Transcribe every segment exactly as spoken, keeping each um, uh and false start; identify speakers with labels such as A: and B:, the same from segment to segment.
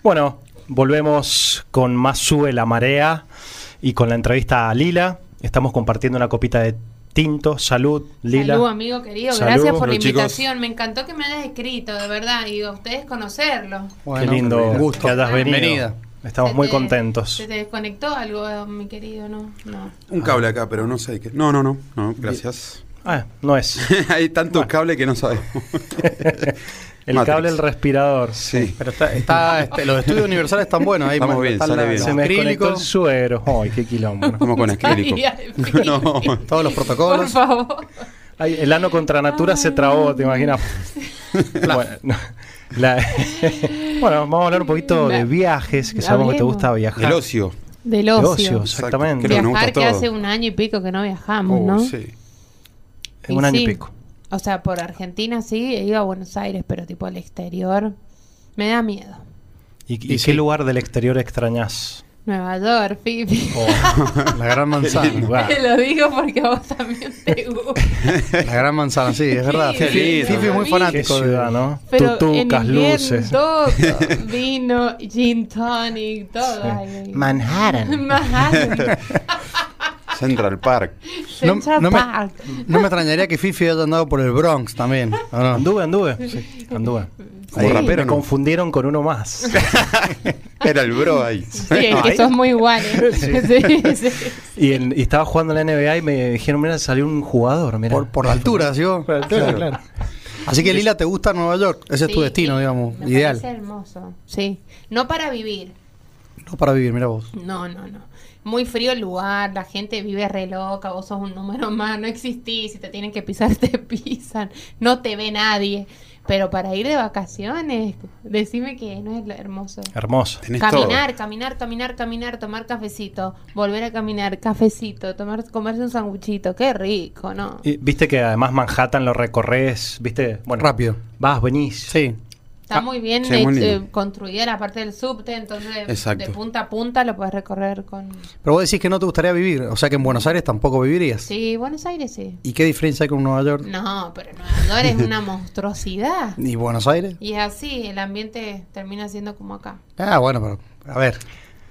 A: Bueno, volvemos con más Sube la Marea y con la entrevista a Lila. Estamos compartiendo una copita de tinto. Salud, Lila.
B: Salud, amigo querido.
A: Salud.
B: Gracias por la
C: Chicos.
B: invitación. Me encantó que me hayas escrito, de verdad. Y a ustedes conocerlo.
A: Qué lindo
C: un gusto.
A: que hayas venido.
C: Bienvenida.
A: Estamos
B: ¿Se
A: muy
B: te-
A: contentos.
B: ¿Se te desconectó algo, mi querido? No, no.
C: Un cable acá, pero no sé qué. No, no, no, no, gracias.
A: Ah, no es.
C: Hay tantos cables que no sabemos.
A: El
C: Matrix.
A: cable del respirador.
C: Sí.
D: Pero está, está este, los estudios universales están buenos. Ahí
C: Estamos bien,
D: están
C: sale
D: la-
C: bien.
D: los
A: Se me desconectó el
D: acrílicos,
A: suero. Ay, qué quilombo. ¿no?
C: Vamos con acrílico.
B: Ay, al fin.
C: No.
D: todos los
B: Por
D: protocolos.
B: favor.
A: Ay, el ano contra natura se trabó, ¿te imaginas? bueno, no, la- bueno, vamos a hablar un poquito de viajes, que sabemos que te
B: Hablemos.
A: gusta viajar.
C: El ocio.
B: Del
A: De
B: ocio.
A: ocio, exactamente.
C: Creo que nos
B: Viajar
C: gusta
B: que
C: todo.
B: hace un año y pico que no viajamos,
C: Oh,
B: ¿no?
C: sí.
A: En un
B: Y
A: año
B: sí.
A: y pico.
B: O sea, por Argentina sí, he ido a Buenos Aires, pero tipo al exterior me da miedo.
A: ¿Y, y
D: Y
A: qué
D: sí.
A: lugar del exterior extrañás?
B: Nueva York, Fifi.
D: La gran manzana.
A: Lugar.
B: Te lo digo porque a vos también te gusta.
D: La gran manzana, sí, es verdad.
B: Sí,
D: Fifi,
C: lindo.
D: Fifi es muy
B: Qué
A: Qué
D: fanático de
A: ciudad, ¿no?
B: Pero
A: Tutucas,
B: en invierno,
A: luces.
B: todo, vino, gin tonic, todo. Ay, ay.
A: Manhattan.
B: Manhattan.
C: Central Park.
D: No,
B: Central
D: no me,
B: Park.
D: no me extrañaría que Fifi haya andado por el Bronx también. ¿o no?
A: Anduve, anduve. Sí, anduve.
C: Como
B: Sí.
C: rapero,
A: Me
C: ¿no?
A: confundieron con uno más.
C: Era el bro ahí.
B: Sí, es
A: Ahí.
B: que sos muy igual. ¿eh? Sí, sí, sí.
A: Y, en- y estaba jugando en la N B A y me dijeron, mira, salió un jugador, mira.
D: Por, por la altura, ¿sí vos?
A: Por la altura, claro.
D: Así que Lila, ¿te gusta Nueva York? Ese es tu
B: Sí,
D: destino,
B: sí,
D: digamos,
B: me
D: ideal.
B: parece hermoso. Sí. No para vivir.
D: No para vivir, mira vos.
B: No, no, no. Muy frío el lugar, la gente vive re loca, vos sos un número más, no existís, si te tienen que pisar te pisan, no te ve nadie. Pero para ir de vacaciones, decime que no es lo hermoso.
A: Hermoso.
C: Tenés
B: Caminar, caminar, caminar, caminar, tomar cafecito, volver a caminar, cafecito, tomar, comerse un sanguchito, qué rico, ¿no?
A: Y viste que además Manhattan lo recorres, viste, bueno,
D: Rápido.
A: vas, venís.
D: Sí.
B: Está muy bien
C: sí, muy
B: hecho,
C: lindo.
B: eh, construida la parte del subte, entonces
C: Exacto.
B: de punta a punta lo puedes recorrer con...
D: Pero vos decís que no te gustaría vivir, o sea que en Buenos Aires tampoco vivirías.
B: Sí, Buenos Aires sí.
D: ¿Y qué diferencia hay con Nueva York?
B: No, pero Nueva York es una monstruosidad.
D: ¿Y Buenos Aires?
B: Y es así, el ambiente termina siendo como acá.
D: Ah, bueno, pero a ver.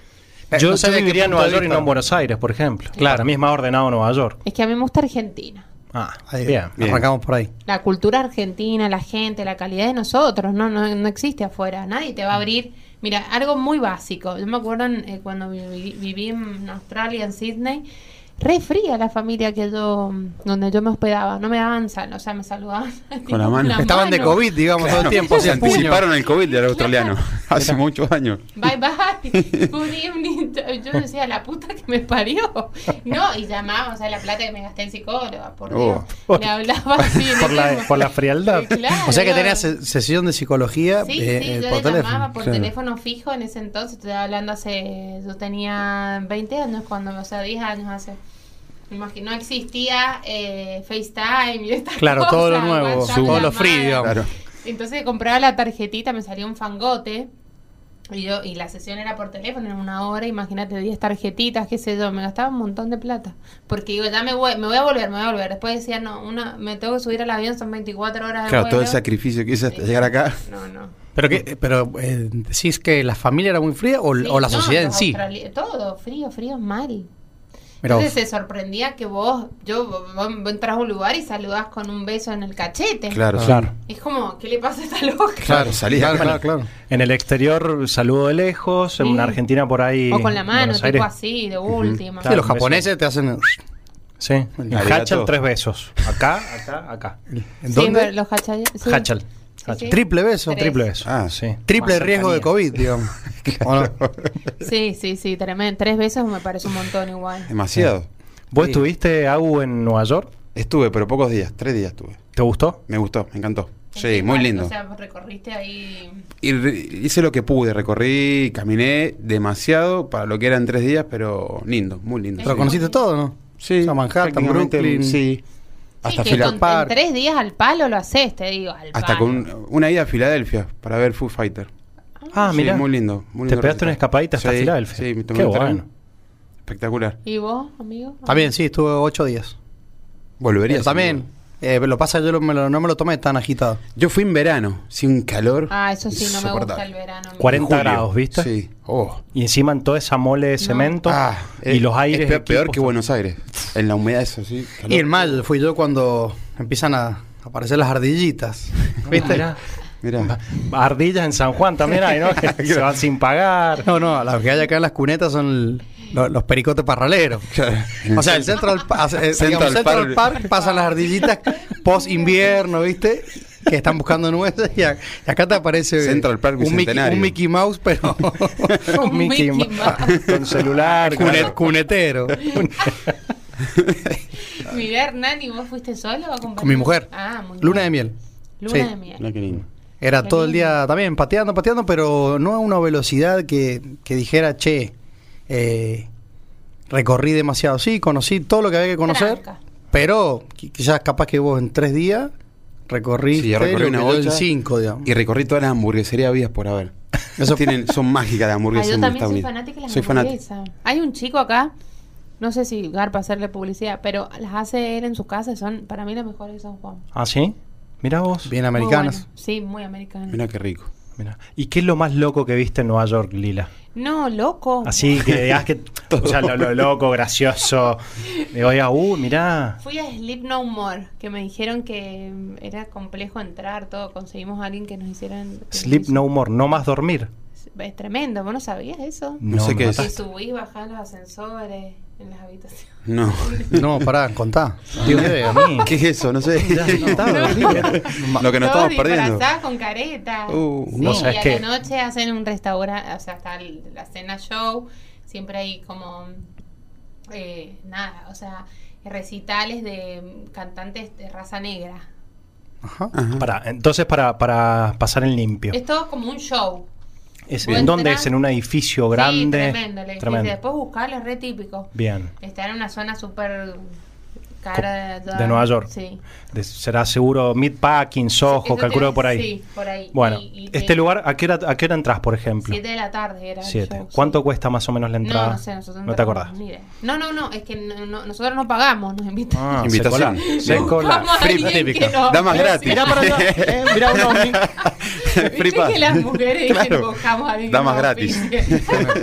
D: Eh,
A: Yo,
D: no sé
A: yo
D: de qué
A: viviría en
D: punto
A: Nueva
D: de
A: York y
D: vista.
A: no en Buenos Aires, por ejemplo.
D: Claro.
A: Para mí es más ordenado Nueva York.
B: Es que a mí me gusta Argentina.
A: Ah,
D: Ahí,
A: bien.
C: Bien.
D: Arrancamos por ahí.
B: La cultura argentina, la gente, la calidad de nosotros, no, no, no existe afuera. Nadie te va a abrir. Mira, algo muy básico. Yo me acuerdo eh, cuando viví, viví en Australia, en Sydney, re fría la familia que yo, donde yo me hospedaba. No me daban sal, o sea, me saludaban
C: Con la mano.
D: Estaban de COVID, digamos, todo el tiempo.
C: Se
D: así el puño.
C: anticiparon el COVID del australiano. Hace muchos años.
B: Bye bye, good evening. Yo decía, la puta que me parió. No, y llamaba, o sea, la plata que me gasté en psicóloga, por Dios.
A: Oh.
B: Le hablaba así. en
A: Por
B: ese
A: la,
B: mo-
A: por la frialdad.
B: Claro.
D: O sea que tenías se- sesión de psicología
B: Sí,
D: eh,
B: sí,
D: eh,
B: yo
D: por
B: le
D: teléfono.
B: llamaba por
C: Claro.
B: teléfono fijo en ese entonces. Estoy hablando hace. Yo tenía veinte años cuando, o sea, diez años hace. Me imagino, no existía eh, FaceTime y estas
D: Claro,
B: cosas,
D: todo lo nuevo,
B: WhatsApp,
D: todo lo
B: llamada.
D: free, digamos.
C: Claro.
B: Entonces compraba la tarjetita, me salía un fangote. Y yo y la sesión era por teléfono en una hora, imagínate, diez tarjetitas, qué sé yo, me gastaba un montón de plata. Porque digo, ya me voy, me voy a volver, me voy a volver. Después decía, no, una me tengo que subir al avión, son veinticuatro horas de
C: Claro, todo el
B: vuelo.
C: sacrificio que hice hasta llegar acá.
B: No, no.
D: Pero, que, pero eh, ¿decís que la familia era muy fría o,
B: Sí,
D: o la
B: no,
D: sociedad en
B: los
D: sí?
B: australi- Todo, frío, frío, mal.
D: Mirá
B: Entonces
D: vos.
B: se sorprendía que vos, yo, vos, vos entras a un lugar y saludás con un beso en el cachete.
C: Claro,
A: Claro.
B: Es como, ¿qué le pasa a esta loca?
C: Claro, salís
D: claro,
C: acá.
D: claro, claro.
A: En el exterior saludo de lejos, en
B: Sí.
A: Argentina por ahí.
B: O con la mano,
A: Buenos
B: tipo
A: Aires.
B: así, de última.
D: Sí,
A: Claro,
D: los
A: un beso.
D: japoneses te hacen...
A: Sí, en
C: Arigato.
A: Hachal tres besos. Acá, acá, acá.
D: ¿En
B: Sí,
D: dónde?
B: pero los hachayas. Sí.
A: Hachal.
B: Sí,
A: Hachal.
B: sí.
D: Triple beso.
B: Tres.
A: Triple beso.
C: Ah,
A: sí.
D: Triple
A: Más
D: riesgo de
A: cercanía.
D: COVID, digamos. ¿O no?
B: Sí, sí, sí, tremendo. Tres besos me parece un montón igual.
C: Demasiado.
A: ¿Vos
D: Sí.
A: estuviste, Agu, en Nueva York?
C: Estuve, pero pocos días. Tres días estuve.
A: ¿Te gustó?
C: Me gustó, me encantó.
B: ¿En
C: Sí,
B: qué
C: muy
B: parte?
C: lindo.
B: O sea, recorriste ahí.
C: Y re- hice lo que pude, recorrí, caminé demasiado para lo que eran tres días, pero lindo, muy lindo.
D: Pero
C: sí.
D: conociste todo, ¿no?
C: Sí,
D: O sea, Manhattan,
C: prácticamente,
D: Brooklyn.
C: Sí.
B: Sí,
C: Hasta,
B: que
C: Fila-
B: con, en
D: Park.
B: tres días al palo lo haces, te digo. Al
C: hasta
B: palo.
C: con un- una ida a Filadelfia para ver Foo Fighter.
A: Ah,
C: Sí,
A: mira.
C: muy lindo. Muy
A: Te
C: lindo
A: pegaste una
C: recital.
A: escapadita hasta
C: Sí,
A: Filadelfia.
C: Sí, me tomé
A: Qué
C: un tren.
A: bueno.
C: Espectacular.
B: ¿Y vos, amigo?
D: También, sí, estuve ocho días.
C: Volvería.
D: Pero también, Eh, lo pasa, yo lo- me lo- no me lo tomé tan agitado.
C: Yo fui en verano, sí, un calor.
B: Ah, eso sí, no me gusta
C: insoportable.
B: el verano.
A: cuarenta
C: En julio.
A: grados, ¿viste?
C: Sí. Oh.
A: Y encima en toda esa mole de cemento
C: Ah,
A: y
C: es-
A: los aires.
C: Es peor, peor
A: equipos-
C: que Buenos Aires. En la humedad, eso sí. calor.
D: Y en mayo fui yo cuando empiezan a aparecer las ardillitas. ¿Viste?
A: Mirá.
C: Mirá.
A: Ardillas en San Juan también hay, ¿no? Que se van sin pagar.
D: No, no, las que hay acá en las cunetas son el- lo- los pericotes parraleros.
C: Claro.
D: O sea, el Central, Pa- eh,
C: Central
D: digamos, Central
C: Park.
D: Park pasan las ardillitas post invierno, ¿viste? Que están buscando nueces y, a- y acá te aparece
C: Central Park
D: un, Mickey,
C: Bicentenario.
D: un Mickey Mouse, pero
B: Un Mickey Mouse.
A: Con celular.
D: cune-
A: claro.
D: cunetero.
B: Mirá, Hernán, ¿y vos fuiste solo o acompañado?
D: Con mi mujer.
B: Ah, muy
D: Luna de
B: bien.
D: miel.
B: Luna
D: Sí.
B: de miel.
C: Mirá qué lindo.
D: Era
B: Qué
D: todo el
B: lindo.
D: día también pateando, pateando, pero no a una velocidad que, que dijera, che, eh, recorrí demasiado. Sí, conocí todo lo que había que conocer,
B: Tranca.
D: pero qui- quizás capaz que vos en tres días recorrí
C: Sí, yo recorrí
D: lo
C: una
D: que yo en
C: bocha
D: cinco, digamos.
C: Y recorrí todas las hamburgueserías vías por haber. Eso tienen, son mágicas las
B: Ah,
C: hamburguesas
B: yo
C: en
B: también
C: Estados
B: soy
C: Unidos.
B: fanática de las
C: Soy fanático.
B: hamburguesas. Hay un chico acá, no sé si Garpa hacerle publicidad, pero las hace él en su casa y son para mí las mejores de San Juan.
A: ¿Ah, sí? Mira vos.
D: Bien
B: Muy
D: americanas.
B: bueno. Sí, muy americanas.
C: Mirá qué rico.
A: Mirá. ¿Y qué es lo más loco que viste en Nueva York, Lila?
B: No, loco.
A: Así que digas que. O sea, lo, lo loco, gracioso. Digo, oiga, uh, mirá.
B: Fui a Sleep No More, que me dijeron que mm, era complejo entrar, todo. Conseguimos a alguien que nos hicieran... que
A: Sleep
B: nos
A: no more, no más dormir.
B: hizo- Es tremendo, ¿vos no sabías eso?
C: No sé
A: me
C: qué es.
B: Que
A: mataste.
B: subís, bajás los ascensores en las habitaciones.
C: No.
D: No, pará, contá.
A: Dios
D: Ni idea.
A: mío.
C: ¿Qué es eso? No sé.
A: Ya, no estaba, Lila.
C: Lo que nos
B: Todos
C: estamos perdiendo.
B: disfrazados con careta.
C: Uh,
B: Sí,
A: no, ¿sabes
B: y a
A: qué?
B: la noche hacen un restaurante, o sea, está el- la cena show, siempre hay como, eh, nada, o sea, recitales de cantantes de raza negra.
D: Ajá.
C: Ajá.
A: Para, entonces, para, para pasar en limpio.
B: Es todo como un show.
A: Es-
B: vos
A: ¿En dónde
B: entrás-
A: es? ¿En un edificio grande?
B: Sí, tremendo. el edificio.
A: Tremendo.
B: Después buscarlo, es re típico.
A: Bien.
B: Está en una zona súper cara
A: De Nueva York.
B: Sí.
A: De- será seguro Meatpacking, Soho,
B: Eso
A: calculo
B: te-
A: por ahí.
B: Sí, por ahí.
A: Bueno,
B: Y- y
A: este
B: te-
A: lugar, ¿a qué hora, a qué hora entras, por ejemplo?
B: siete de la tarde era el
A: Siete.
B: show,
A: ¿Cuánto
B: sí.
A: cuesta más o menos la entrada?
B: No, no sé, nosotros
A: ¿No te
B: pagamos,
A: acordás?
B: ni idea. No, no, no, es que no- no- nosotros no pagamos, nos invitan.
A: Ah,
C: Invitación.
A: se cola.
C: Sí.
A: Se cola.
B: Buscamos a
C: Free,
B: alguien
C: típico.
B: que nos
C: Damas
B: ofrece.
C: gratis.
A: Mirá para allá. Eh, mirá uno.
B: Viste
C: Free pass.
B: que las mujeres dicen
C: Claro.
B: buscamos a alguien que
C: Damas
B: nos
C: gratis.
B: oficie.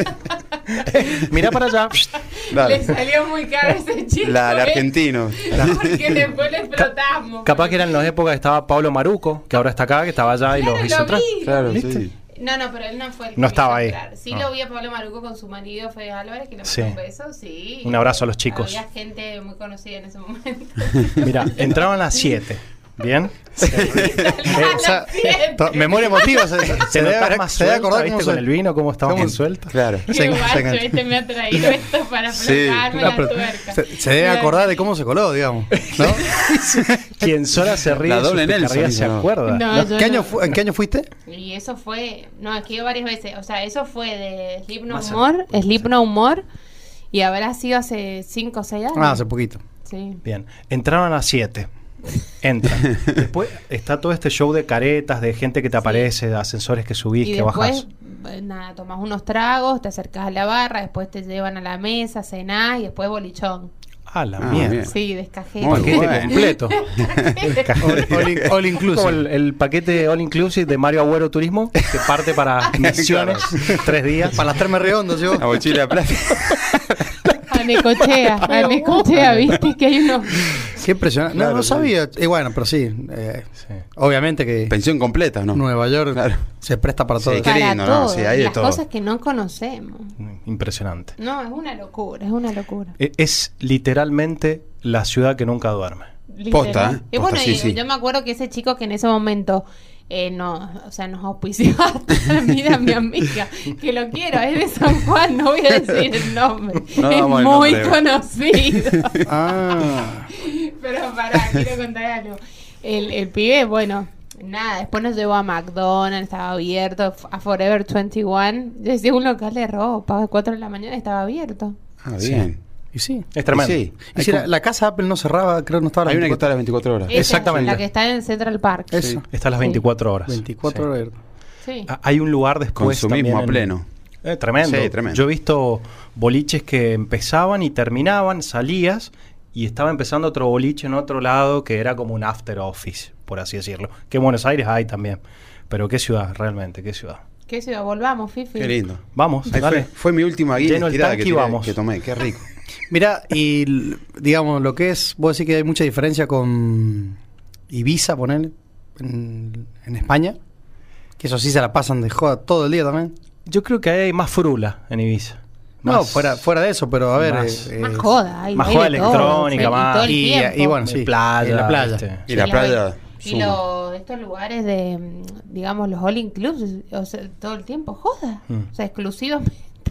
A: Mirá para allá.
C: Dale.
B: Le salió muy caro ese chico.
C: La de
B: ¿eh?
C: argentino.
B: Porque después le explotamos.
A: Capaz que eran las épocas que estaba Pablo Maruco, que ahora está acá, que estaba allá y
B: Claro,
A: los hizo
B: lo
A: entrar.
B: vi, lo
C: Claro,
B: vi.
C: sí.
B: No, no, pero él no fue el que
A: No
B: me
A: estaba
B: hizo
A: ahí.
B: entrar. Sí
A: Ah.
B: lo vi a Pablo Maruco con su marido, Fede Álvarez, que le mandó
A: Sí.
B: un beso, sí.
A: Un abrazo a los chicos.
B: Había gente muy conocida en ese momento.
A: Mira, entraban a las siete. ¿Bien?
B: O
D: sea, to- memoria emotiva. Se, se,
A: Se
D: debe,
A: notás
D: haber-
A: más
D: se debe
A: suelta,
D: acordar
A: ¿viste?
D: cómo
A: Con
D: se-
A: el vino, cómo estamos
D: cómo-
A: más sueltos.
C: Claro.
B: Qué
D: Se- se
B: guacho,
D: engancha.
B: este me ha traído esto para
C: Sí.
B: aflojarme
D: No,
B: la
D: pero
B: tuerca.
D: se, se debe acordar de cómo se coló, digamos. ¿No?
A: Quien sola se ríe
C: La
A: de sus
C: doble Nelson,
A: picardías, se
C: ¿no?
A: acuerda.
B: No,
D: ¿No?
B: yo
D: ¿Qué
B: no.
D: año fu- ¿En qué año fuiste?
B: Y eso fue, no, es que he ido varias veces, o sea, eso fue de Sleep No
A: Más
B: More, Sleep No More, y habrá sido hace cinco o seis años.
D: Ah, hace poquito.
B: Sí.
A: Bien, entraron a las siete. Entran. Después está todo este show de caretas, de gente que te aparece, de ascensores que subís,
B: Y
A: que
B: después,
A: bajás.
B: eh, nada, tomás unos tragos, te acercás a la barra, después te llevan a la mesa, cenás y después bolichón.
A: Ah, la
C: Ah,
A: mierda.
C: bien.
B: Sí, descajé.
C: Muy
A: Paquete
C: bueno.
A: completo.
D: All, all in- all inclusive.
A: Como el, el paquete all inclusive de Mario Agüero Turismo, que parte para misiones, tres días.
D: Para las termas redondas, yo.
C: La mochila de plata.
B: A Necochea, a Necochea, viste que hay unos...
D: Qué impresionante.
C: Claro,
D: no, no
C: sí.
D: sabía. Y bueno, pero sí. eh,
A: Sí.
D: obviamente que
C: Pensión completa, ¿no?
D: Nueva York
C: Claro.
D: se presta para
C: Sí,
D: todo.
C: qué
B: Para
C: lindo, ¿no?
B: todo,
C: Sí, hay de
B: las
C: todo.
B: cosas que no conocemos.
A: Impresionante.
B: No, es una locura, es una locura.
A: E- Es literalmente la ciudad que nunca duerme.
B: Literal.
C: Posta, ¿eh?
B: Y bueno,
C: Posta, sí,
B: y
C: sí.
B: yo me acuerdo que ese chico que en ese momento eh, no, o sea, nos auspició hasta mira mi amiga, que lo quiero, es de San Juan, no voy a decir el nombre.
C: No,
B: es
C: vamos al
B: muy
C: nombre.
B: conocido.
D: Ah.
B: Pero pará, quiero contar algo. El, el pibe, bueno, nada, después nos llevó a McDonald's, estaba abierto, a Forever veintiuno, decía un local de ropa, a las cuatro de la mañana estaba abierto.
C: Ah,
A: Sí.
C: bien.
D: Y sí.
A: Es tremendo.
C: Sí.
D: Y si la, la casa Apple no cerraba, creo que no estaba a las
C: Hay una que está a las
D: veinticuatro.
C: veinticuatro horas.
B: Esa,
A: Exactamente.
B: la que está en Central Park.
D: Eso.
A: Está a las
B: Sí.
A: veinticuatro horas.
D: veinticuatro
A: Sí.
D: horas.
B: Sí.
A: Ah, Hay un lugar después
C: Consumismo
A: también
C: a
A: en-
C: pleno.
A: Eh, tremendo.
C: Sí, tremendo.
A: Yo he visto boliches que empezaban y terminaban, salías y estaba empezando otro boliche en otro lado que era como un after office, por así decirlo. Que en Buenos Aires hay también. Pero qué ciudad, realmente, qué ciudad.
B: ¿Qué ciudad? Volvamos, Fifi.
C: Qué lindo.
A: Vamos,
C: Ahí
A: dale.
C: fue, fue mi última guía
A: Lleno el
C: estirada
A: tanque
C: que,
A: y
C: tiré-
A: vamos.
C: que tomé. Qué rico.
D: Mira, y l- digamos, lo que es, vos decís que hay mucha diferencia con Ibiza, ponele, en, en España, que eso sí se la pasan de joda todo el día también.
A: Yo creo que hay más frula en Ibiza.
D: No,
A: Más-
D: fuera, fuera de eso, pero a ver.
A: más-
D: eh,
B: Más
D: eh,
B: joda. Hay,
A: más
B: hay
A: joda
B: de todo,
A: electrónica,
B: y
A: más-
B: todo el
D: y,
B: tiempo.
D: y bueno,
A: de
D: sí,
A: playa,
D: en la playa.
A: ¿viste?
C: Y la
B: lo-
C: playa.
B: Y
C: suma.
B: lo, estos lugares de, mm, digamos, los all inclusive, o sea, todo el tiempo, joda.
A: Mm.
B: O sea, exclusivamente.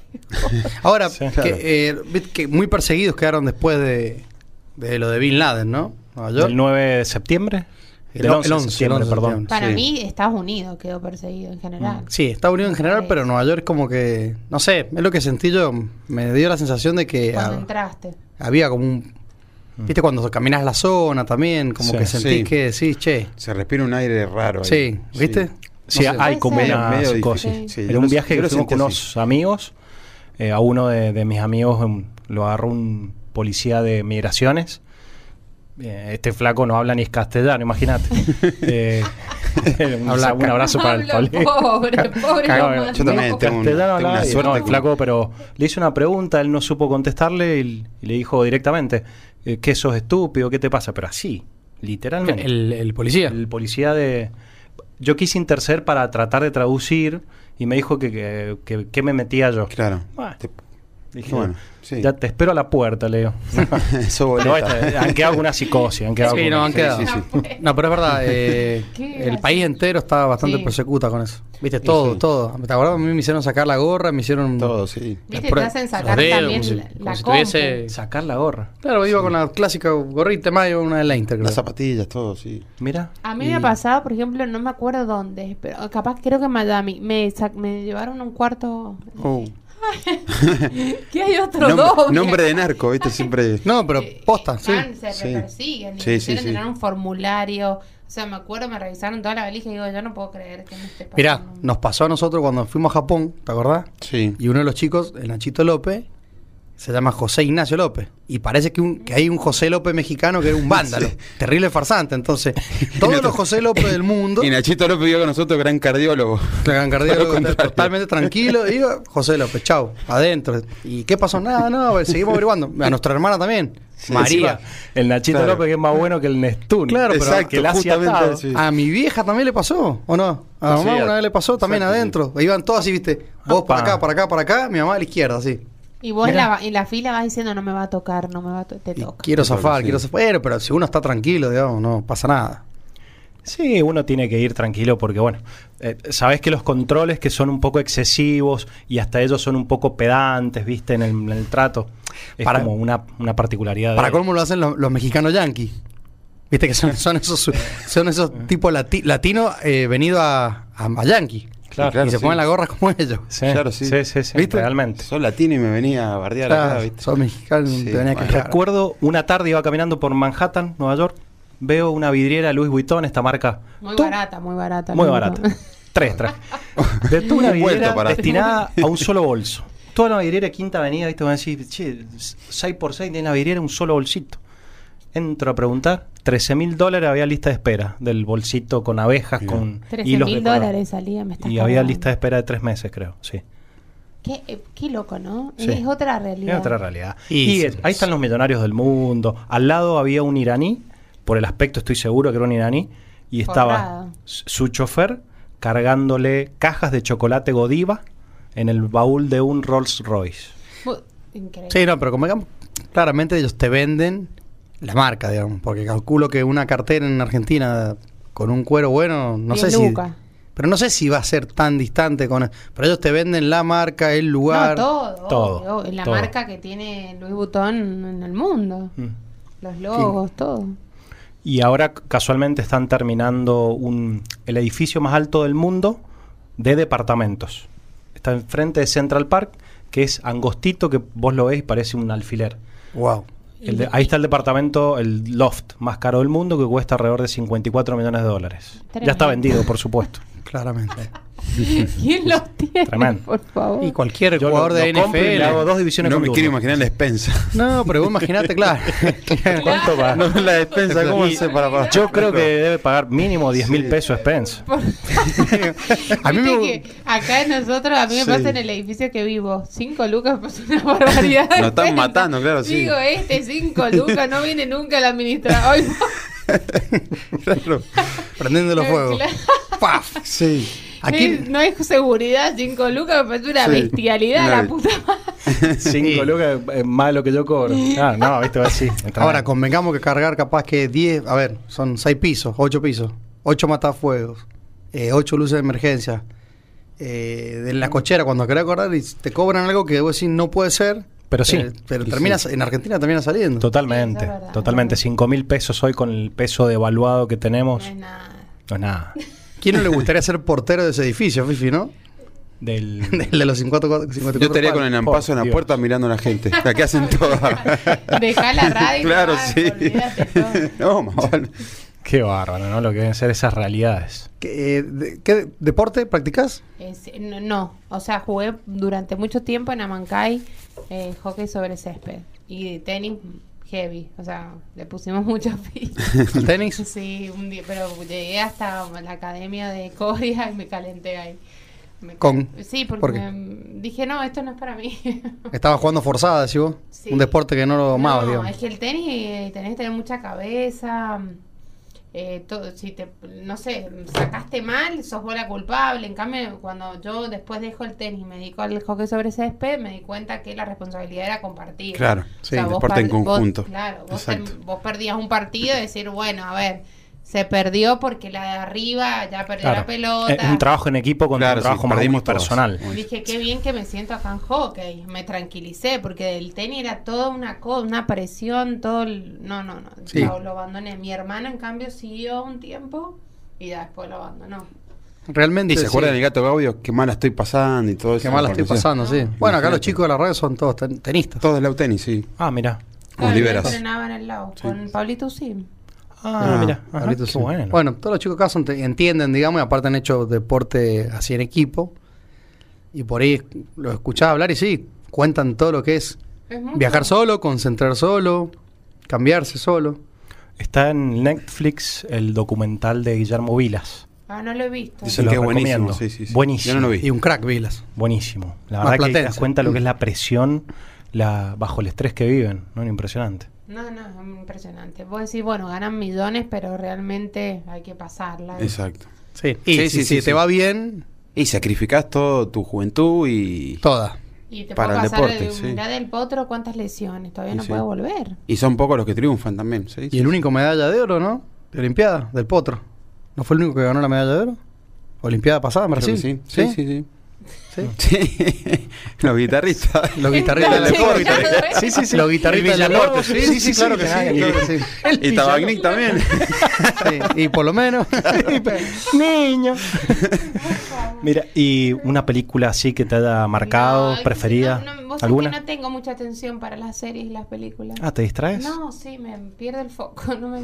D: Ahora,
A: Sí,
D: que,
C: claro.
D: eh, viste que muy perseguidos quedaron después de, de lo de Bin Laden, ¿no? Nueva York.
A: ¿Del nueve de septiembre?
D: El
A: Del
D: o-
A: once
D: el
A: de
D: once,
A: septiembre,
D: el once de
A: perdón.
D: septiembre.
B: Para
C: Sí.
B: mí, Estados Unidos quedó perseguido en general.
D: Sí, Estados Unidos en general, pero Nueva York como que, no sé, es lo que sentí yo, me dio la sensación de que
B: Cuando
D: ah,
B: entraste.
D: había como un... ¿Viste cuando caminas la zona también? Como
A: Sí.
D: que sentís
C: Sí.
D: que sí, che.
C: Se respira un aire raro. ahí.
D: Sí, ¿viste?
A: Sí,
D: No sé.
A: hay
B: Puede
A: como
B: ser.
A: una
C: Medio- medio
A: psicosis.
C: difícil. Sí,
A: Era
C: yo
A: un
C: lo-
A: viaje
C: yo
A: que
C: lo
A: fuimos con
C: sentí
A: unos
C: así.
A: amigos. Eh, a uno de, de mis amigos um, lo agarró un policía de migraciones. Eh, este flaco no habla ni castellano, imagínate. Eh, un,
D: Habla
A: un abrazo para el
B: Pablo,
A: colegio.
B: pobre, pobre.
A: Cagado,
B: lo
A: yo
B: mandó.
C: Yo también tengo, un-
A: Castellano
C: tengo
A: hablaba
C: una
A: y,
C: suerte.
A: no, el
C: con-
A: flaco, pero le hice una pregunta, él no supo contestarle y, y le dijo directamente, eh, ¿qué sos estúpido? ¿Qué te pasa? Pero así, literalmente.
D: El, el policía.
A: El policía de... Yo quise interceder para tratar de traducir y me dijo que, que, que- que me metía yo.
C: Claro.
A: Bueno,
C: Te-
A: dije,
C: bueno, sí.
A: ya te espero a la puerta, le digo.
C: Eso
A: No,
C: boleta.
A: esta- han quedado con una psicosis. Han quedado
D: Sí,
A: con
D: no,
A: una-
D: han
C: sí,
D: quedado.
C: sí, sí.
D: No, pero es verdad, eh,
B: Qué
D: el
B: gracioso.
D: país entero está bastante
B: Sí.
D: persecuta con eso. Viste, todo,
C: sí.
D: todo. ¿Te acordás? A mí me hicieron sacar la gorra, me hicieron...
C: Todo, sí.
B: Viste,
D: Las
B: te hacen
D: los
B: sacar
D: dedos,
B: también
D: como si-
B: la,
D: como
B: la
D: si
B: compu.
D: tuviese-
A: Sacar la gorra.
D: Claro, iba con la clásica gorrita mayo, una de la Inter, creo.
C: Las zapatillas, todo, sí.
A: Mira.
B: A mí
D: Y-
B: me ha pasado, por ejemplo, no me acuerdo dónde, pero capaz creo que en Miami. Me, sa- me llevaron a un cuarto.
C: Oh.
B: ¿Qué hay otro
C: Nombre,
B: doble?
C: nombre de narco, ¿viste? Siempre.
D: No, pero
B: Eh,
D: posta, sí.
B: están, se
C: Sí.
B: persiguen. Y
C: Sí,
B: me
C: sí,
B: hicieron
C: sí.
B: llenar un formulario. O sea, me acuerdo, me revisaron toda la valija y digo, yo no puedo creer que me esté pasando.
D: Mirá, nos pasó a nosotros cuando fuimos a Japón, ¿te acordás?
C: Sí.
D: Y uno de los chicos, el Nachito López, se llama José Ignacio López. Y parece que, un, que hay un José López mexicano que era un vándalo.
C: Sí.
D: Terrible farsante. Entonces, todos los José López del mundo...
C: Y Nachito López vio con nosotros, gran cardiólogo.
D: Gran cardiólogo,
C: Todo lo contrario.
D: totalmente tranquilo. Y iba, José López, chau, adentro. ¿Y qué pasó? Nada, no, seguimos averiguando. A nuestra hermana también, María.
A: Encima, el Nachito
C: Claro.
A: López que es más bueno que el Nestún.
D: Claro, pero
C: Exacto,
A: que la hacía
C: justamente,
A: atado.
C: sí.
D: A mi vieja también le pasó, ¿o no? A
C: Ah,
D: mi mamá
C: sí,
D: una vez le pasó también
C: exacto,
D: adentro. Iban todos así, viste, vos
A: Apa.
D: para acá, para acá, para acá, mi mamá a la izquierda, así.
B: Y vos en
A: Mirá.
B: la, en la fila vas diciendo, no me va a tocar, no me va a to- te
D: Y
B: toca.
D: quiero
C: Claro,
D: zafar,
C: sí.
D: quiero zafar. Pero, pero si uno está tranquilo, digamos, no pasa nada.
A: Sí, uno tiene que ir tranquilo porque, bueno, eh, sabés que los controles que son un poco excesivos y hasta ellos son un poco pedantes, viste, en el, en el trato. Es
D: Para-
A: como una, una particularidad.
D: Para
A: de-
D: colmo lo hacen los, los mexicanos yanquis. Viste que son, son esos son esos tipos lati- latinos eh, venidos a, a, a yanqui.
A: Claro,
D: y se
C: sí.
D: ponen la gorra como ellos.
A: Sí,
C: Claro, sí.
A: sí, sí, sí,
D: ¿Viste?
A: realmente.
C: Sos latino y me venía a bardear
D: Ah,
C: acá, ¿viste?
D: son mexicanos,
C: Sí,
D: te venía a
C: bueno.
D: quejar.
A: Recuerdo una tarde iba caminando por Manhattan, Nueva York, veo una vidriera Louis Vuitton, esta marca.
B: Muy
A: ¡tum!
B: barata, muy barata.
A: Muy
B: ¿no?
A: barata. Tres, tres. De toda una
C: Un vuelto
A: vidriera
C: para-
A: destinada a un solo bolso. Toda la vidriera Quinta Avenida, ¿viste? Van a decir, che, seis por seis tiene la vidriera un solo bolsito. Entro a preguntar, trece mil dólares había lista de espera del bolsito con abejas,
C: Mirá.
A: con
B: trece
A: hilos de
B: mil
A: color.
B: dólares salía, me estás
A: Y había
B: cargando.
A: lista de espera de tres meses, creo, sí.
B: Qué, eh, qué loco, ¿no?
A: Sí.
B: Es otra realidad.
A: Es otra realidad.
D: Y
A: Y,
D: sí.
A: eh, ahí están los millonarios del mundo. Al lado había un iraní, por el aspecto estoy seguro que era un iraní, y estaba
B: Forrado.
A: s- su chofer cargándole cajas de chocolate Godiva en el baúl de un Rolls Royce.
B: Bu- Increíble.
D: Sí, no, pero como digamos, claramente ellos te venden la marca, digamos, porque calculo que una cartera en Argentina con un cuero bueno, no sé
B: Diez
D: si...
B: lucas.
D: Pero no sé si va a ser tan distante con... Pero ellos te venden la marca, el lugar...
B: No, todo.
A: Todo,
B: obvio, la
A: todo.
B: marca que tiene Louis Vuitton en el mundo.
A: Mm.
B: Los logos, todo.
A: Y ahora c- casualmente están terminando un, el edificio más alto del mundo de departamentos. Está enfrente de Central Park, que es angostito, que vos lo ves y parece un alfiler.
D: Wow.
A: El de- ahí está el departamento, el loft más caro del mundo, que cuesta alrededor de cincuenta y cuatro millones de dólares.
B: Tremendo.
A: Ya está vendido, por supuesto.
D: Claramente.
B: ¿Quién los tiene?
A: Tremendo.
B: Por favor.
D: Y cualquier
A: Yo
D: jugador
A: lo-
D: de
A: lo compro y le hago
D: N F L.
A: dos divisiones
C: No
A: con
C: me
A: turno.
C: quiero imaginar la despensa.
D: No, pero vos imaginate, claro.
A: ¿Cuánto va?
C: No, la despensa, ¿cómo
A: Y
C: hace para pagar?
A: Yo creo que debe pagar mínimo diez mil pesos Spence.
B: Por-
D: A mí
B: Viste
D: me-
B: que acá nosotros, a mí me
C: Sí.
B: pasa en el edificio que vivo, cinco lucas pues una barbaridad.
C: Nos están matando, claro, sí.
B: Digo, este cinco lucas, no viene nunca el administrador. Hoy
C: Claro.
D: Prendiendo los fuegos.
B: Claro.
D: ¡Paf!
C: Sí.
D: Aquí,
B: Eh, no hay seguridad, cinco lucas, me parece una
C: Sí.
B: bestialidad,
C: No.
B: la puta madre.
A: Cinco lucas es más lo que yo cobro. Ah, no, viste, va así.
D: ahora convengamos que cargar capaz que diez, a ver, son seis pisos, ocho pisos, ocho matafuegos, eh, ocho luces de emergencia. Eh, de la cochera, cuando querés acordar y te cobran algo que vos decís no puede ser.
A: Pero sí.
D: eh, pero
C: Y
D: termina,
C: sí.
D: en Argentina termina saliendo.
A: Totalmente,
B: Sí, eso es verdad,
A: totalmente.
B: es verdad.
A: Cinco mil pesos hoy con el peso devaluado que tenemos.
B: No es nada.
A: No es nada.
D: ¿Quién no le gustaría ser portero de ese edificio, Fifi, no?
A: Del...
D: Del de los cincuenta y cuatro, cincuenta y
C: Yo
D: cuatro
C: estaría con el
D: palos.
C: ampazo en la
A: Dios.
C: puerta mirando a la gente. La que hacen todas.
B: Dejá la radio.
C: Claro,
B: ah,
C: sí.
B: olvídate todo.
C: No, más vale.
A: Qué bárbaro, ¿no? Lo que deben ser esas realidades.
D: ¿Qué, eh, de- ¿qué deporte practicás?
B: Es- no, no, o sea, jugué durante mucho tiempo en Amancay eh, hockey sobre césped y tenis heavy, o sea, le pusimos muchas fichas.
D: ¿El tenis?
B: Sí, un día, pero llegué hasta la academia de Coria y me calenté ahí. Me
D: ¿Con?
B: cal- Sí, porque
D: ¿Por qué?
B: me- dije, no, esto no es para mí.
D: Estaba jugando forzada, decís vos.
B: Sí.
D: Un deporte que no lo amabas,
B: No,
D: digamos.
B: es que el tenis eh, tenés que tener mucha cabeza. Eh, todo, si te, no sé, sacaste mal, sos vos la culpable. En cambio, cuando yo después dejo el tenis y me dedico al hockey sobre césped, me di cuenta que la responsabilidad era compartida.
C: Claro,
D: sí,
B: vos
C: deporte en
B: per- vos-
C: conjunto.
B: claro, vos,
C: Exacto.
B: ter- vos perdías un partido y decir, bueno, a ver, se perdió porque la de arriba ya perdió
A: Claro.
B: la pelota.
A: Es un trabajo en equipo contra
C: Claro,
A: un trabajo
C: sí,
A: más muy
C: perdimos todos.
A: personal.
C: Muy-
B: Dije, qué bien que me siento acá en hockey. Me tranquilicé porque del tenis era toda una cosa, una presión, todo el... No, no, no.
D: Sí.
B: Lo, lo abandoné. Mi hermano, en cambio, siguió un tiempo y ya después lo abandonó.
D: Realmente.
C: Y se
D: sí.
C: acuerdan del gato Gaudio, qué mal estoy pasando y todo eso.
D: Qué mal la estoy
C: Porque,
D: pasando, sí.
B: Ah.
D: Bueno, acá los
C: Imagínate.
D: chicos de la red son todos ten- tenistas.
C: Todo es lau tenis, sí.
A: Ah, mira.
C: Como
B: Claro, yo
C: liberas.
B: entrenaba en el lado
C: Sí.
B: con Pablito Sim.
A: Ah,
C: Ah,
A: mira. Ajá,
D: Ahorita
A: qué
D: sí.
A: bueno.
D: Bueno, todos los chicos acá son te- entienden, digamos, y aparte han hecho deporte así en equipo. Y por ahí los escuchaba hablar y sí, cuentan todo lo que es
B: Es mucho.
D: viajar solo, concentrar solo, cambiarse solo.
A: Está en Netflix el documental de Guillermo Vilas.
B: Ah, no lo he visto.
A: Se
C: Dicen
A: lo
C: que es buenísimo.
A: recomiendo.
C: Sí, sí, sí.
A: Buenísimo.
C: Yo no lo vi.
D: Y un crack, Vilas.
A: Buenísimo. La
D: Más
A: verdad que te das
D: platense.
A: cuenta lo que es la presión la, bajo el estrés que viven. ¿No? Impresionante.
B: No, no, es impresionante. Vos decís, bueno, ganan millones, pero realmente hay que pasarla.
C: Exacto.
D: Sí, y
C: Sí,
D: si,
C: sí,
D: si
C: sí,
D: te
C: sí.
D: va bien,
C: Y sacrificás todo tu juventud y...
D: toda.
B: Y te
C: Para
B: puede
C: el
B: pasar
C: deporte,
B: el,
C: sí.
B: mirá del potro cuántas lesiones, todavía
C: Sí,
B: no
C: sí.
B: puede volver.
C: Y son pocos los que triunfan también, ¿sí?
D: Y el único medalla de oro, ¿no? De Olimpiada, del Potro. ¿No fue el único que ganó la medalla de oro? Olimpiada pasada en
C: Creo
D: Brasil.
C: que sí. Sí, sí, sí.
D: Sí.
C: Sí. Los guitarristas.
D: Los guitarristas del
B: Está
D: deporte.
B: chequeado, ¿eh?
D: Sí, sí, sí. Los guitarristas del
A: Villalobos,
D: deporte.
A: sí,
D: Sí, sí,
A: sí,
D: sí, claro
A: sí,
D: que
A: sí.
D: sí. Claro que sí.
C: Y Tabagnic también.
D: Sí, y por lo menos.
A: Niño. Mira, y una película así que te haya marcado,
B: No,
A: preferida,
B: no, no, vos sabés
A: ¿alguna?
B: que no tengo mucha atención para las series y las películas.
A: Ah, ¿te distraes?
B: No, sí, me pierde el foco. No me,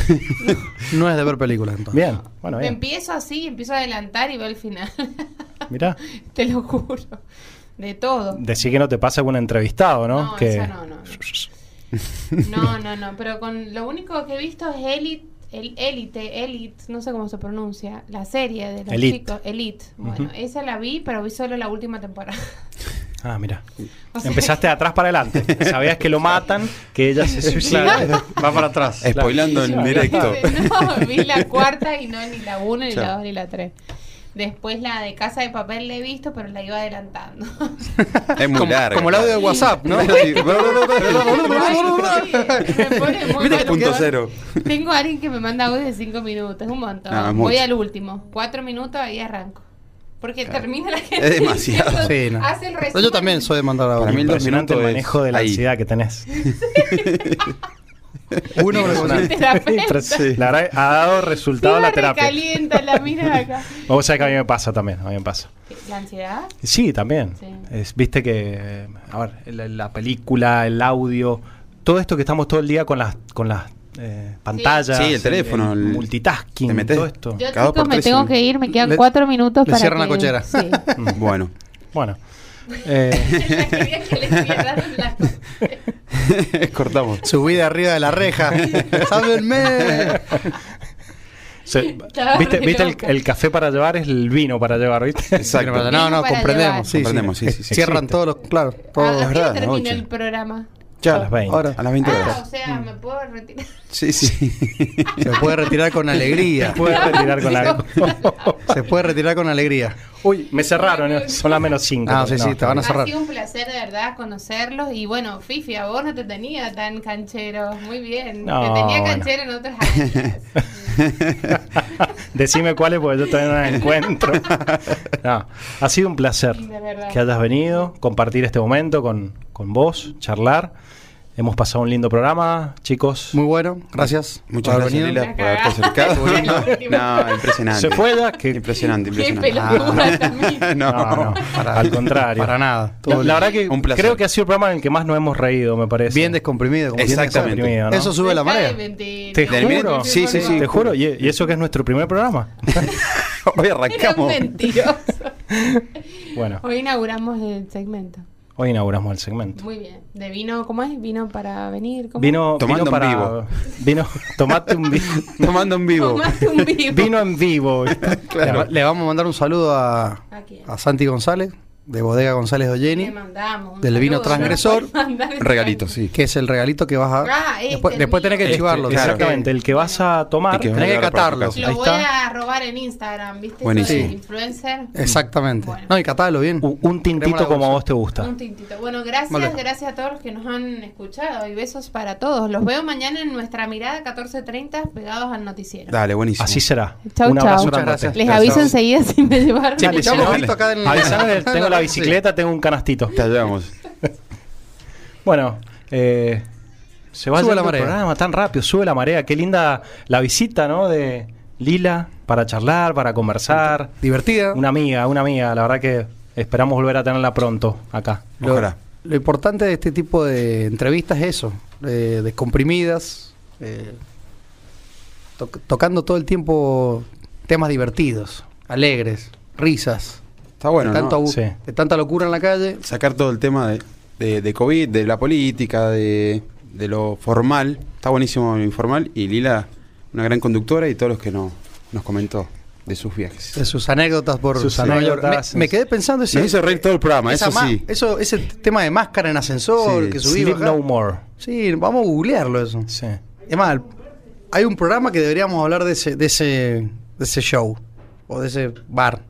D: No es de ver películas, entonces.
A: Bien, bueno,
B: me
A: bien.
B: empiezo así, empiezo a adelantar y veo el final.
A: Mirá,
B: Te lo juro. De todo.
A: decí que no te pasa con un entrevistado, ¿no?
B: No,
A: que...
B: eso no, no, No, no, no. Pero con lo único que he visto es Elite, el Elite, Elite, no sé cómo se pronuncia, la serie de los
A: Elite.
B: chicos. Elite. Bueno,
A: Ujú.
B: esa la vi, pero vi solo la última temporada.
A: Ah, mira.
B: O sea,
A: Empezaste de atrás para adelante. Sabías que lo matan, que ella se suicida.
D: Claro, va para atrás.
C: Spoilando en directo.
B: No, vi la cuarta y no ni la uno, ni
C: Chao.
B: la dos, ni la tres. Después la de Casa de Papel la he visto, pero la iba adelantando.
C: Es muy
D: Como,
C: larga.
D: como el audio de WhatsApp, ¿no?
C: Sí.
B: Ay, sí, me pone muy
C: Viste
B: mal
C: punto
B: humor.
C: cero.
B: Tengo a alguien que me manda audio de cinco minutos, es un montón.
C: Ah,
B: Voy
C: mucho.
B: al último, cuatro minutos y arranco. Porque
C: Claro.
B: termina la gente.
C: Es demasiado.
B: diciendo,
D: Sí, no.
B: Hace el
D: Pero
B: resumen.
D: yo también soy de mandar
C: Para
D: audio.
C: mí el dos
A: Impresionante el
C: minutos es
A: manejo de la
C: ahí.
A: ansiedad que tenés.
D: Uno con el-
B: Terapeuta.
C: Sí.
A: La verdad, ha dado resultado la terapia.
B: Calienta la mina acá.
A: Vos sabés que a mí me pasa también, a mí me pasa.
B: ¿La ansiedad?
A: Sí, también.
B: Sí.
A: Es, Viste que, eh, a ver, la, la película, el audio, todo esto que estamos todo el día con las, con las eh, pantallas,
C: Sí, el teléfono,
A: el
C: el-
A: multitasking,
C: te metés.
A: todo esto.
B: Yo,
C: Cada dos
B: chicos,
C: por
B: me
C: tres
B: tengo
C: en-
B: que ir, me quedan
D: Le-
B: cuatro minutos
D: le
B: para
D: cierran
B: que...
D: la cochera.
B: Sí.
C: Bueno,
A: Bueno, eh,
B: Quería que le cierraran la cochera.
C: cortamos.
D: Subida arriba de la reja. ¡Sálvenme!
A: se-
B: Estaba
A: ¿viste,
B: re
A: viste el,
B: loca.
A: el café para llevar es el vino para llevar, ¿viste?
C: Exacto.
D: No,
B: Vino
D: no,
B: para
D: comprendemos.
B: llevar.
D: Sí,
C: Comprendemos, sí,
D: sí,
C: sí, sí.
D: Cierran
A: Existe.
D: todos los. Claro,
B: Ah,
D: todos
B: ¿A
D: los.
B: qué hora
C: verdad,
B: termina
C: ocho.
B: el programa?
C: Ya,
A: A las veinte.
D: Ahora.
C: A las veinte
B: Ah,
C: horas.
B: o sea, me puedo retirar.
C: Sí, sí.
D: Se puede retirar con alegría.
A: Puedes retirar con la...
D: Se puede retirar con alegría.
A: Uy, me cerraron, ¿eh? Son las menos cinco.
D: Ah, sí, sí, te van a
B: Ha
D: cerrar.
B: sido un placer de verdad conocerlos. Y bueno, Fifi, a vos no te tenía tan canchero. Muy bien.
A: No,
B: te tenía
A: bueno.
B: canchero en otras áreas.
A: Decime cuáles porque yo todavía no las encuentro. No, ha sido un placer
B: De verdad.
A: que hayas venido, compartir este momento con, con vos, charlar. Hemos pasado un lindo programa, chicos.
D: Muy bueno, gracias.
C: Muchas
D: por haber
C: gracias,
D: venido.
C: Lila, por haberte acercado. No, impresionante.
A: Se fue ya, que
C: Impresionante,
B: Qué
C: impresionante.
B: pelotuda también.
C: No,
A: No, no,
D: Para-
A: al contrario.
D: Para nada.
A: La,
D: Todo
A: la verdad que
C: Un placer.
A: creo que ha sido el programa en el que más nos hemos reído, me parece.
D: bien descomprimido. Como
C: Exacto.
D: siempre.
C: Exactamente.
A: Comprimido, ¿no?
D: Eso sube la
B: Dejá de
D: marea.
B: mentir.
A: Te
C: Del
A: juro.
C: min- sí, sí, sí.
A: Te juro. Y, y eso que es nuestro primer programa.
C: Hoy
B: Era
C: arrancamos.
B: mentiroso.
A: Bueno,
B: Hoy inauguramos el segmento.
A: hoy inauguramos el segmento.
B: Muy bien. ¿De vino cómo es? ¿Vino para venir? ¿Cómo?
A: Vino,
C: Tomando
A: vino
C: en
A: para.
C: vivo.
A: Vino, tomate un vino.
C: Tomando en vivo.
B: Tomaste un vivo.
A: Vino en vivo. ¿viste?
C: Claro.
D: Le vamos a mandar un saludo a,
B: ¿A quién?
D: a Santi González, de Bodega González de
B: Le
D: Olleni,
B: mandamos un
D: del vino
B: saludo,
D: transgresor.
B: ¿no? Mandar ese
C: Regalito,
B: saludo.
C: sí.
D: que es el regalito que vas a.
B: Ah, este,
D: después
B: el
D: después
B: mío.
D: tenés que
A: Este,
D: chivarlo. tenés
A: exactamente,
D: que-
A: el que vas a tomar.
C: Y que
D: Tenés que
C: venga para
D: catarlo.
C: tu casa.
B: Lo
A: Ahí
B: voy
A: está.
B: a robar en Instagram, ¿viste?
C: Buenísimo.
B: Soy influencer.
D: Exactamente.
B: Bueno.
D: No, y catalo bien.
A: Un, un tintito
D: Queremos la
A: como a
D: bolsa.
A: vos te gusta.
B: Un tintito. Bueno, gracias,
D: Vale.
B: gracias a todos los que nos han escuchado y besos para todos. Los veo mañana en Nuestra Mirada catorce treinta pegados al noticiero.
C: Dale, buenísimo.
A: Así será.
B: Chau,
A: un
B: chau.
A: abrazo
D: Muchas
A: grandote.
D: gracias.
B: Les
D: Chao,
B: aviso
D: chao.
B: enseguida si me llevaron.
D: Sí,
A: Dale,
D: escuchamos
A: si no,
D: visto acá en
A: Avisame que tengo la
D: Sí.
A: bicicleta, tengo un canastito.
C: Te ayudamos.
A: Bueno, eh, se va
D: Sube
A: yendo
D: la
A: el
D: marea.
A: programa tan rápido, sube la marea. Qué linda la visita, ¿no? De Lila para charlar, para conversar.
D: Divertida.
A: Una amiga, una amiga. La verdad que esperamos volver a tenerla pronto acá.
D: Lo,
C: Ojalá.
D: lo importante de este tipo de entrevistas es eso, eh, descomprimidas, eh, to- tocando todo el tiempo temas divertidos, alegres, risas,
C: Está bueno,
D: de, tanto
C: ¿no?
D: abu-
A: Sí.
D: de tanta locura en la calle.
C: Sacar todo el tema de, de, de COVID, de la política, de, de lo formal. Está buenísimo lo informal. Y Lila, una gran conductora, y todos los que no, nos comentó de sus viajes.
D: De sus anécdotas por
A: Sus
D: Nueva York.
A: anécdotas.
D: Me, me quedé pensando ese,
C: Nos hizo reír todo el programa,
D: esa
C: eso
D: ma-
C: sí.
D: eso, ese tema de máscara en ascensor
C: Sí,
D: que subí.
A: Sleep
D: bajá.
A: No More.
D: Sí, vamos a googlearlo eso.
A: Sí.
D: Es más, hay un programa que deberíamos hablar de ese, de ese, de ese show o de ese bar.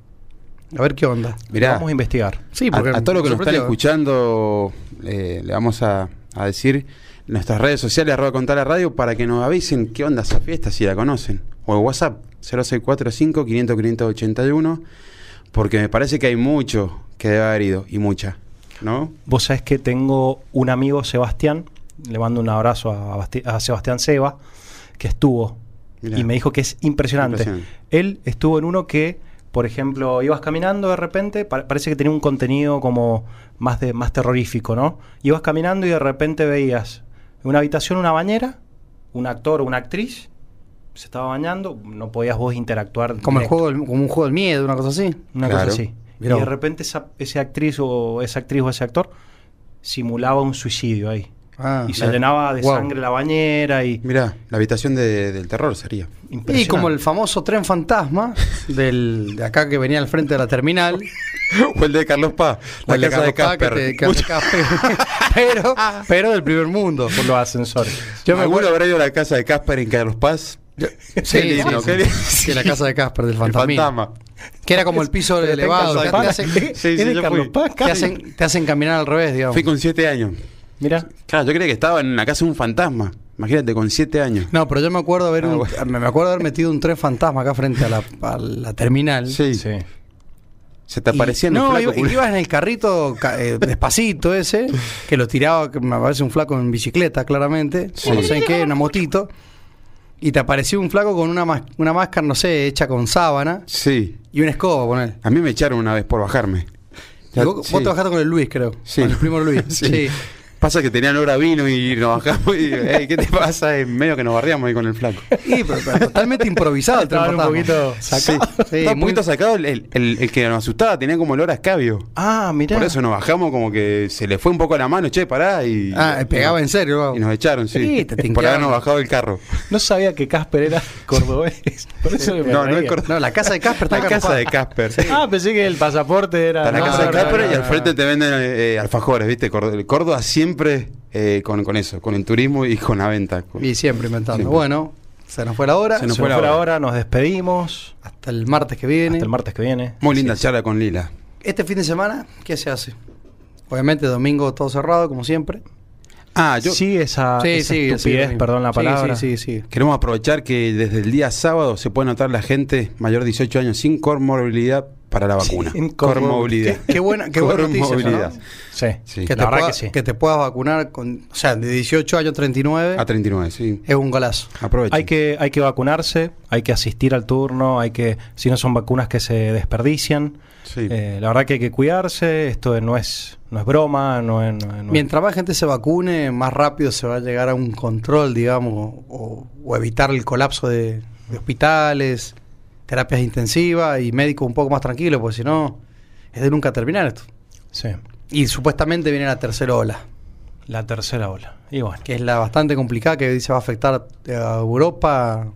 D: A ver qué onda.
C: Mirá,
A: Vamos a investigar.
D: Sí,
C: a,
D: porque
C: a todos los que
D: me
C: nos están
D: sorprendió.
C: escuchando, eh, le vamos a, a decir en nuestras redes sociales, arroba contar la radio, para que nos avisen qué onda esa fiesta, si la conocen. O el WhatsApp, cero seis cuatro cinco, quinientos, quinientos ochenta y uno, porque me parece que hay mucho que debe haber ido, y mucha, ¿no?
A: Vos sabés que tengo un amigo, Sebastián, le mando un abrazo a, Basti- a Sebastián Seba, que estuvo
C: Mirá.
A: y me dijo que es impresionante.
C: Impresionante.
A: Él estuvo en uno que, por ejemplo, ibas caminando de repente, pa- parece que tenía un contenido como más de más terrorífico, ¿no? Ibas caminando y de repente veías en una habitación una bañera, un actor o una actriz se estaba bañando, no podías vos interactuar
D: Como, el
A: directo.
D: juego, del- como un juego del miedo, una cosa así.
A: Una
C: Claro.
A: cosa así.
D: Mirá
A: y de
D: vos.
A: repente esa, esa actriz o esa actriz o ese actor simulaba un suicidio ahí.
D: Ah,
A: y se
C: claro.
A: llenaba de
D: Wow.
A: sangre la bañera y
C: Mirá, la habitación de- del terror sería.
D: Y como el famoso tren fantasma del, de acá que venía al frente de la terminal.
C: O el de Carlos Paz,
D: o
C: la
D: el de
C: casa de
D: Carlos Paz,
C: Casper.
D: que te- que hace Casper. pero, pero del primer mundo.
A: por los ascensores.
D: Yo me
C: ¿Alguno
D: acuerdo.
C: habrá ido a la casa de Casper en Carlos Paz?
D: Sí,
C: lindo,
D: sí,
C: qué
D: sí.
C: lindo.
D: Que la casa de Casper del
C: El
D: fantasma.
C: fantasma.
D: Que era como el piso
A: Está en
D: elevado.
A: Carlos
D: que
A: Paz.
D: te, hacen,
C: Sí, sí,
A: ¿Es de
C: yo
A: Carlos
C: fui.
A: Paz?
D: te hacen, te hacen caminar al revés, digamos.
C: Fui con siete años.
A: Mira,
C: Claro, yo creía que estaba en la casa de un fantasma. Imagínate, con siete años.
D: No, pero yo me acuerdo haber
C: Ah,
D: un-
C: bueno.
D: me acuerdo haber metido un tren fantasma acá frente a la, a la terminal.
C: Sí.
A: sí.
C: Se te
D: Y-
C: aparecían
D: no,
C: los
D: iba-
C: flacos.
D: y ibas en el carrito ca- eh, despacito ese, que lo tiraba, que me parece un flaco en bicicleta, claramente,
C: Sí.
D: o no sé en qué, una motito, y te apareció un flaco con una, mas- una máscara, no sé, hecha con sábana
C: Sí.
D: y una escoba, poner.
C: A mí me echaron una vez por bajarme.
D: Y vos,
C: Sí.
D: vos te bajaste con el Luis, creo.
C: Sí.
D: Con el primo Luis.
C: Sí.
D: Sí.
C: Pasa que tenían olor a vino y nos bajamos y hey, ¿qué te pasa? Es medio que nos barriamos ahí con el flaco.
D: Sí, pero, pero totalmente improvisado el tren
A: Estaban un
D: fantasma.
A: poquito
C: Sí,
A: sacados.
D: Sí,
C: estaba un
D: muy-
C: poquito sacado el, el, el- el que nos asustaba, tenía como olor a escabio.
A: Ah, mirá.
C: Por eso nos bajamos como que se le fue un poco la mano, che, pará y...
D: Ah, pegaba en serio. Vamos.
C: Y nos echaron, sí.
D: Sí, te
C: por
D: tinqueaban.
C: habernos bajado del carro.
A: No sabía que Casper era cordobés. Por eso me
C: No, no
A: reía.
C: es cordobés.
D: No, la casa de Casper está
C: La
D: acá,
C: casa
D: papá.
C: de Casper.
A: Ah, pensé que el pasaporte era.
C: Está en la
A: No,
C: casa de
A: no,
C: Casper
A: no,
C: y al
A: no,
C: frente
A: no.
C: te venden eh, alfajores, ¿viste? Córdoba, Córdoba siempre eh, con, con eso, con el turismo y con la venta.
D: Y siempre inventando.
C: Siempre.
D: Bueno, se nos fue la hora.
C: Se nos
A: Se
C: fue
A: nos
C: la
A: fue la
C: hora.
A: hora, nos despedimos.
D: Hasta el martes que viene.
A: Hasta el martes que viene.
C: Muy linda charla con Lila.
D: Este fin de semana, ¿qué se hace? Obviamente, domingo todo cerrado, como siempre.
C: Ah, yo
A: Sí, esa,
D: Sí,
A: esa
D: sí,
A: estupidez,
D: sí,
A: perdón la
D: sí,
A: palabra.
D: Sí, sí, sí.
C: queremos aprovechar que desde el día sábado se puede notar la gente mayor de dieciocho años sin comorbilidad para la vacuna.
A: Sin
C: Comorbilidad.
D: Qué, qué buena, qué buena noticia,
C: Comorbilidad.
D: ¿no?
A: Sí,
C: Sí.
D: Que,
A: la
D: te
A: verdad
D: pueda-
A: que sí.
D: que te puedas vacunar con, o sea, de dieciocho años a treinta y nueve
C: A treinta y nueve, sí.
D: es un golazo.
C: Aprovechen.
A: Hay que, hay que vacunarse, hay que asistir al turno, hay que, si no son vacunas que se desperdician.
C: Sí.
A: Eh, la verdad que hay que cuidarse, esto no es, no es broma, no es... no es- no es-
D: Mientras más gente se vacune, más rápido se va a llegar a un control, digamos, o, o evitar el colapso de, de hospitales, terapias intensivas y médicos un poco más tranquilos, porque si no, es de nunca terminar esto.
A: Sí,
D: Y supuestamente viene la tercera ola,
A: la tercera ola. Y bueno,
D: que es la bastante complicada, que dice va a afectar a Europa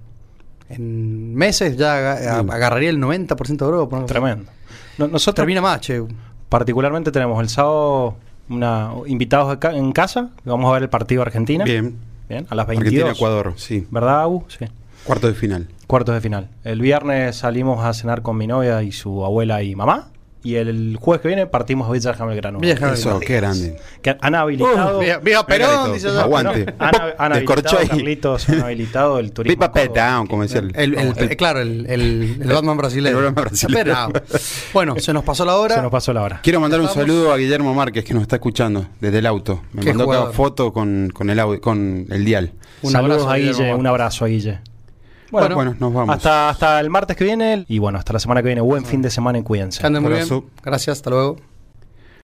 D: en meses, ya aga- a-
C: Mm.
D: agarraría el noventa por ciento de Europa. ¿no?
A: tremendo. No- nosotros
D: Termina más, che.
A: particularmente tenemos el sábado una, invitados acá en casa, vamos a ver el partido Argentina.
C: Bien.
A: Bien, a las veintidós.
C: Argentina-Ecuador, sí.
A: ¿Verdad, Agu? Sí.
C: Cuarto de final.
A: Cuartos de final. El viernes salimos a cenar con mi novia y su abuela y mamá. Y el jueves que viene partimos a Villa Belgrano.
D: Villa Belgrano.
C: Eso, qué grande.
A: Que han habilitado.
D: Uh, viva, viva Perón,
C: Carlitos,
D: dice yo.
C: aguante.
A: han, han habilitado,
C: Descorchó ahí.
A: Carlitos, han habilitado el turismo.
C: Pipa
A: a Córdoba.
C: Petown, como decía el-
D: El, el- el- claro, el, el, el Batman brasileño.
C: El Batman brasileño.
D: Pero, bueno, se nos pasó la hora.
A: Se nos pasó la hora.
C: Quiero mandar un
D: Estamos-
C: saludo a Guillermo Márquez que nos está escuchando desde el auto. Me
D: Qué
C: mandó cada
D: jugador.
C: foto con, con el audio, con el dial.
D: Un
A: Saludos
D: abrazo
A: a
D: a
A: Guille,
D: Guillermo.
A: un abrazo a Guille.
C: Bueno, bueno, nos vamos.
A: Hasta, hasta el martes que viene y bueno, hasta la semana que viene. Buen fin de semana y cuídense.
D: Que anden muy
C: Abrazo.
D: bien. Gracias, hasta luego.